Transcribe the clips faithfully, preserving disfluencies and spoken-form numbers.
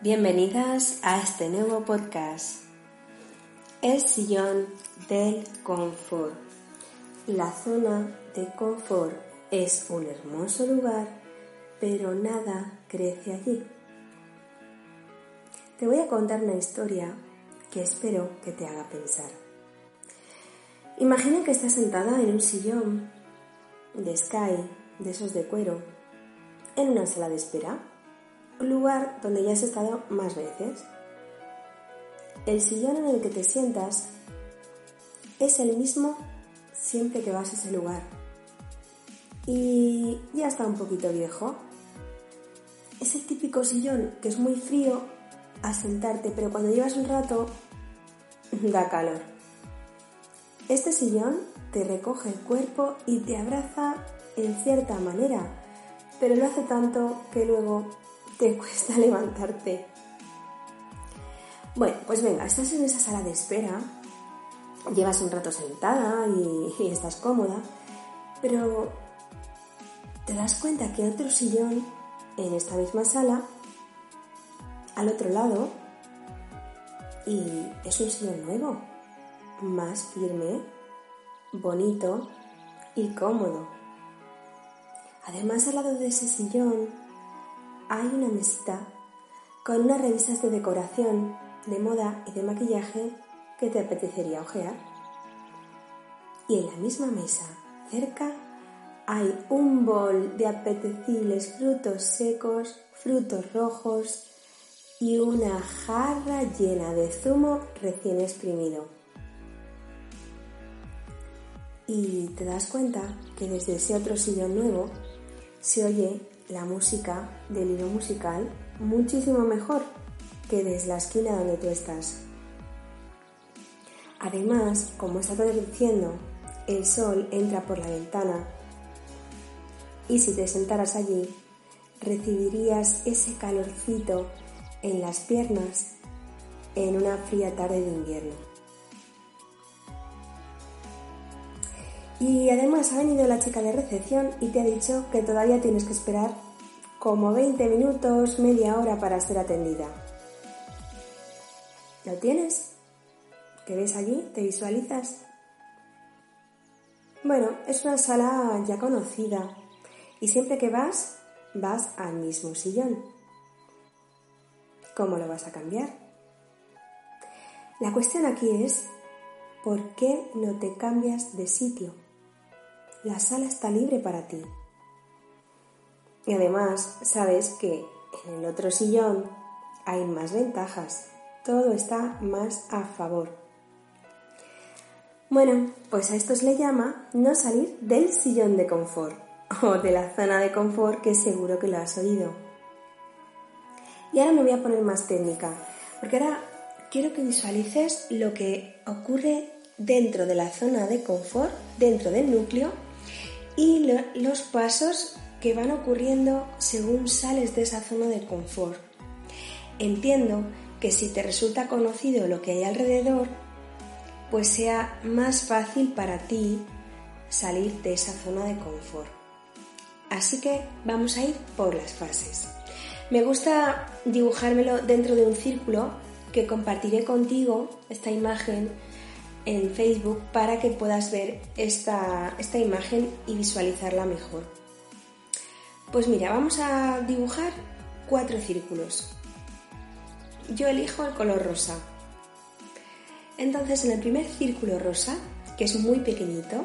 Bienvenidas a este nuevo podcast, El sillón del confort. La zona de confort es un hermoso lugar, pero nada crece allí. Te voy a contar una historia que espero que te haga pensar. Imagina que estás sentada en un sillón de Sky, de esos de cuero, en una sala de espera, un lugar donde ya has estado más veces. El sillón en el que te sientas es el mismo siempre que vas a ese lugar y ya está un poquito viejo. Es el típico sillón que es muy frío al sentarte, pero cuando llevas un rato da calor. Este sillón te recoge el cuerpo y te abraza en cierta manera, pero lo hace tanto que luego te cuesta levantarte. Bueno, pues venga, estás en esa sala de espera, llevas un rato sentada y, y estás cómoda, pero te das cuenta que otro sillón en esta misma sala, al otro lado, y es un sillón nuevo, más firme, bonito y cómodo. Además, al lado de ese sillón hay una mesita con unas revistas de decoración, de moda y de maquillaje que te apetecería hojear. Y en la misma mesa, cerca, hay un bol de apetecibles frutos secos, frutos rojos y una jarra llena de zumo recién exprimido. Y te das cuenta que desde ese otro sillón nuevo se oye la música del hilo musical muchísimo mejor que desde la esquina donde tú estás. Además, como está atardeciendo, el sol entra por la ventana y si te sentaras allí, recibirías ese calorcito en las piernas en una fría tarde de invierno. Y además ha venido la chica de recepción y te ha dicho que todavía tienes que esperar como veinte minutos, media hora para ser atendida. ¿Lo tienes? ¿Qué ves allí? ¿Te visualizas? Bueno, es una sala ya conocida y siempre que vas, vas al mismo sillón. ¿Cómo lo vas a cambiar? La cuestión aquí es, ¿por qué no te cambias de sitio? La sala está libre para ti. Y además, sabes que en el otro sillón hay más ventajas. Todo está más a favor. Bueno, pues a esto se le llama no salir del sillón de confort o de la zona de confort, que seguro que lo has oído. Y ahora me voy a poner más técnica, porque ahora quiero que visualices lo que ocurre dentro de la zona de confort, dentro del núcleo, y lo, los pasos que van ocurriendo según sales de esa zona de confort. Entiendo que si te resulta conocido lo que hay alrededor, pues sea más fácil para ti salir de esa zona de confort. Así que vamos a ir por las fases. Me gusta dibujármelo dentro de un círculo que compartiré contigo, esta imagen, en Facebook para que puedas ver esta, esta imagen y visualizarla mejor. Pues mira, vamos a dibujar cuatro círculos. Yo elijo el color rosa. Entonces, en el primer círculo rosa, que es muy pequeñito,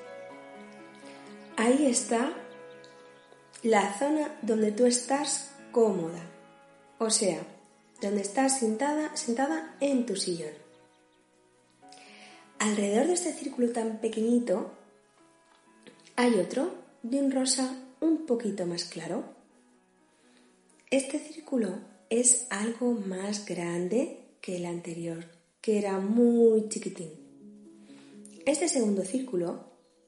ahí está la zona donde tú estás cómoda, o sea, donde estás sentada, sentada en tu sillón. Alrededor de este círculo tan pequeñito hay otro de un rosa un poquito más claro. Este círculo es algo más grande que el anterior, que era muy chiquitín. Este segundo círculo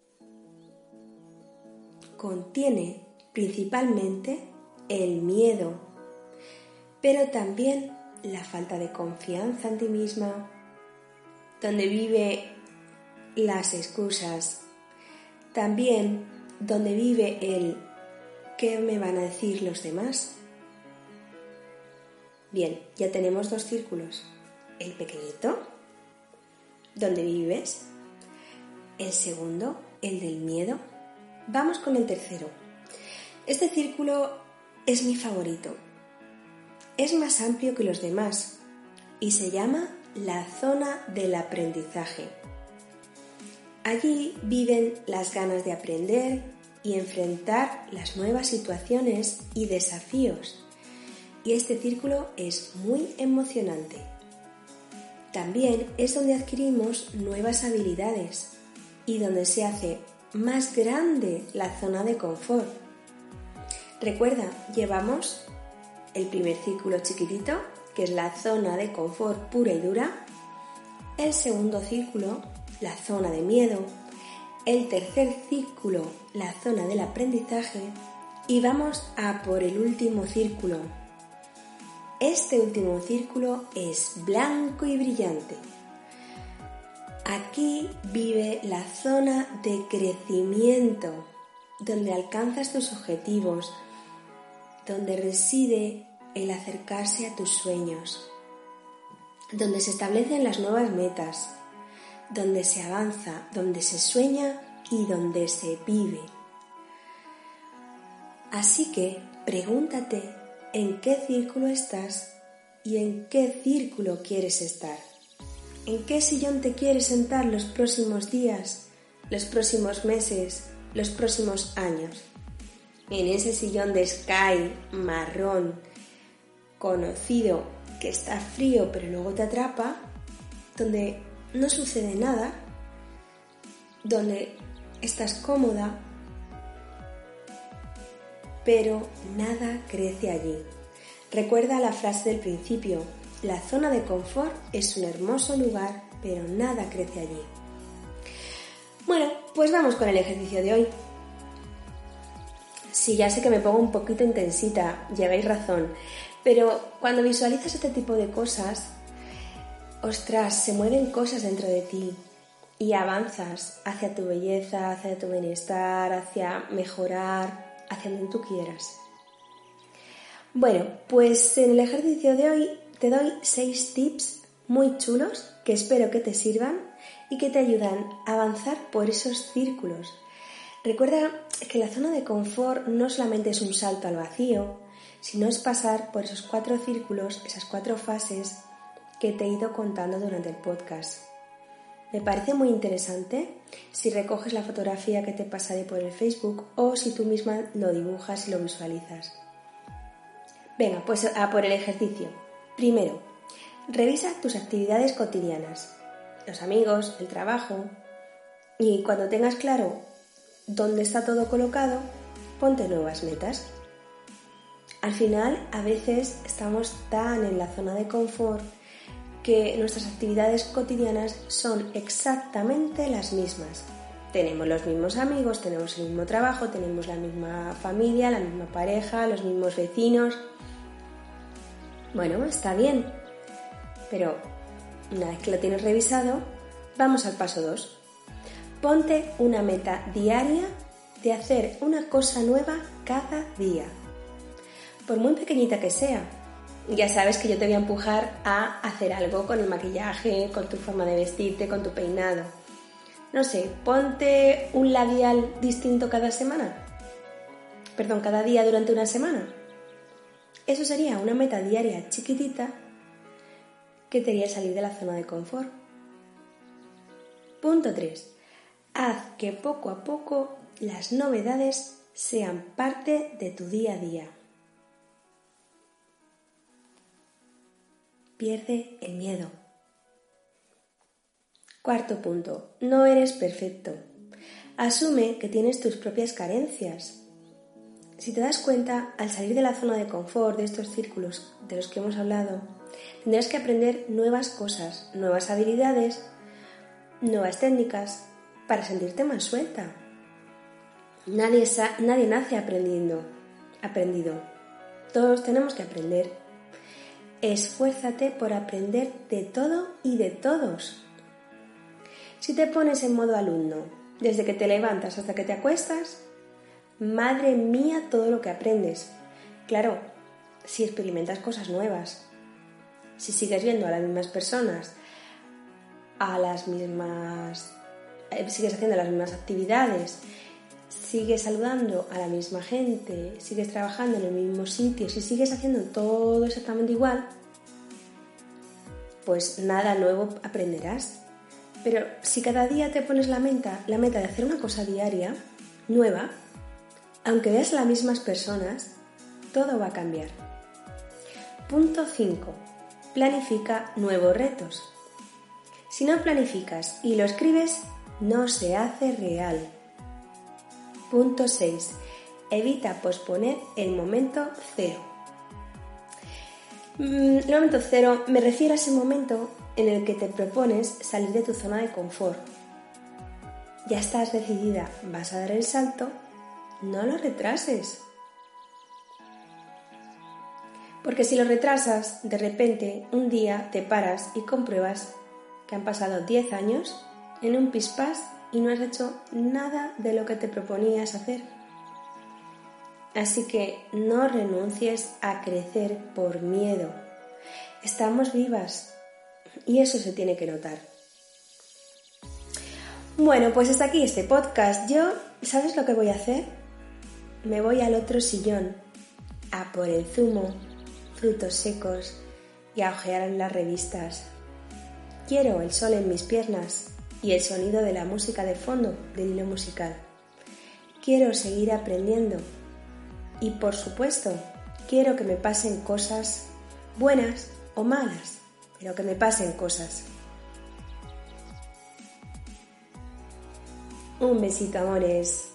contiene principalmente el miedo, pero también la falta de confianza en ti misma, donde vive las excusas, también donde vive el ¿qué me van a decir los demás? Bien, ya tenemos dos círculos. El pequeñito, donde vives. El segundo, el del miedo. Vamos con el tercero. Este círculo es mi favorito. Es más amplio que los demás y se llama la zona del aprendizaje. Allí viven las ganas de aprender y enfrentar las nuevas situaciones y desafíos. Y este círculo es muy emocionante. También es donde adquirimos nuevas habilidades y donde se hace más grande la zona de confort. Recuerda, llevamos el primer círculo chiquitito, que es la zona de confort pura y dura, el segundo círculo, la zona de miedo, el tercer círculo, la zona del aprendizaje, y vamos a por el último círculo. Este último círculo es blanco y brillante. Aquí vive la zona de crecimiento, donde alcanzas tus objetivos, donde reside el acercarse a tus sueños, donde se establecen las nuevas metas, donde se avanza, donde se sueña y donde se vive. Así que pregúntate en qué círculo estás y en qué círculo quieres estar. ¿En qué sillón te quieres sentar los próximos días, los próximos meses, los próximos años? En ese sillón de Sky marrón conocido que está frío pero luego te atrapa, donde no sucede nada, donde estás cómoda, pero nada crece allí. Recuerda la frase del principio: la zona de confort es un hermoso lugar, pero nada crece allí. Bueno, pues vamos con el ejercicio de hoy. Sí, ya sé que me pongo un poquito intensita, lleváis razón, pero cuando visualizas este tipo de cosas, ostras, se mueven cosas dentro de ti y avanzas hacia tu belleza, hacia tu bienestar, hacia mejorar, hacia donde tú quieras. Bueno, pues en el ejercicio de hoy te doy seis tips muy chulos que espero que te sirvan y que te ayudan a avanzar por esos círculos. Recuerda que la zona de confort no solamente es un salto al vacío, sino es pasar por esos cuatro círculos, esas cuatro fases que te he ido contando durante el podcast. Me parece muy interesante si recoges la fotografía que te pasaré por el Facebook o si tú misma lo dibujas y lo visualizas. Venga, pues a por el ejercicio. Primero, revisa tus actividades cotidianas, los amigos, el trabajo, y cuando tengas claro dónde está todo colocado, ponte nuevas metas. Al final, a veces estamos tan en la zona de confort que nuestras actividades cotidianas son exactamente las mismas. Tenemos los mismos amigos, tenemos el mismo trabajo, tenemos la misma familia, la misma pareja, los mismos vecinos. Bueno, está bien, pero una vez que lo tienes revisado, vamos al paso dos. Ponte una meta diaria de hacer una cosa nueva cada día, por muy pequeñita que sea. Ya sabes que yo te voy a empujar a hacer algo con el maquillaje, con tu forma de vestirte, con tu peinado. No sé, ponte un labial distinto cada semana. Perdón, cada día durante una semana. Eso sería una meta diaria chiquitita que te haría salir de la zona de confort. Punto tres. Haz que poco a poco las novedades sean parte de tu día a día. Pierde el miedo. Cuarto punto. No eres perfecto. Asume que tienes tus propias carencias. Si te das cuenta, al salir de la zona de confort, de estos círculos de los que hemos hablado, tendrás que aprender nuevas cosas, nuevas habilidades, nuevas técnicas, para sentirte más suelta. Nadie, sa- nadie nace aprendiendo, aprendido. Todos tenemos que aprender. Esfuérzate por aprender de todo y de todos. Si te pones en modo alumno, desde que te levantas hasta que te acuestas, madre mía todo lo que aprendes. Claro, si experimentas cosas nuevas, Si sigues viendo a las mismas personas, a las mismas, eh, sigues haciendo las mismas actividades, sigues saludando a la misma gente, sigues trabajando en el mismo sitio, si sigues haciendo todo exactamente igual, pues nada nuevo aprenderás. Pero si cada día te pones la meta, la meta de hacer una cosa diaria, nueva, aunque veas las mismas personas, todo va a cambiar. Punto cinco. Planifica nuevos retos. Si no planificas y lo escribes, no se hace real. Punto seis. Evita posponer el momento cero. El momento cero me refiero a ese momento en el que te propones salir de tu zona de confort. Ya estás decidida, vas a dar el salto, no lo retrases. Porque si lo retrasas, de repente, un día te paras y compruebas que han pasado diez años en un pispás y no has hecho nada de lo que te proponías hacer. Así que no renuncies a crecer por miedo. Estamos vivas y eso se tiene que notar. Bueno, pues hasta aquí este podcast. Yo, ¿sabes lo que voy a hacer? Me voy al otro sillón a por el zumo, frutos secos y a ojear las revistas. Quiero el sol en mis piernas y el sonido de la música de fondo del hilo musical. Quiero seguir aprendiendo y, por supuesto, quiero que me pasen cosas buenas o malas, pero que me pasen cosas. Un besito, amores.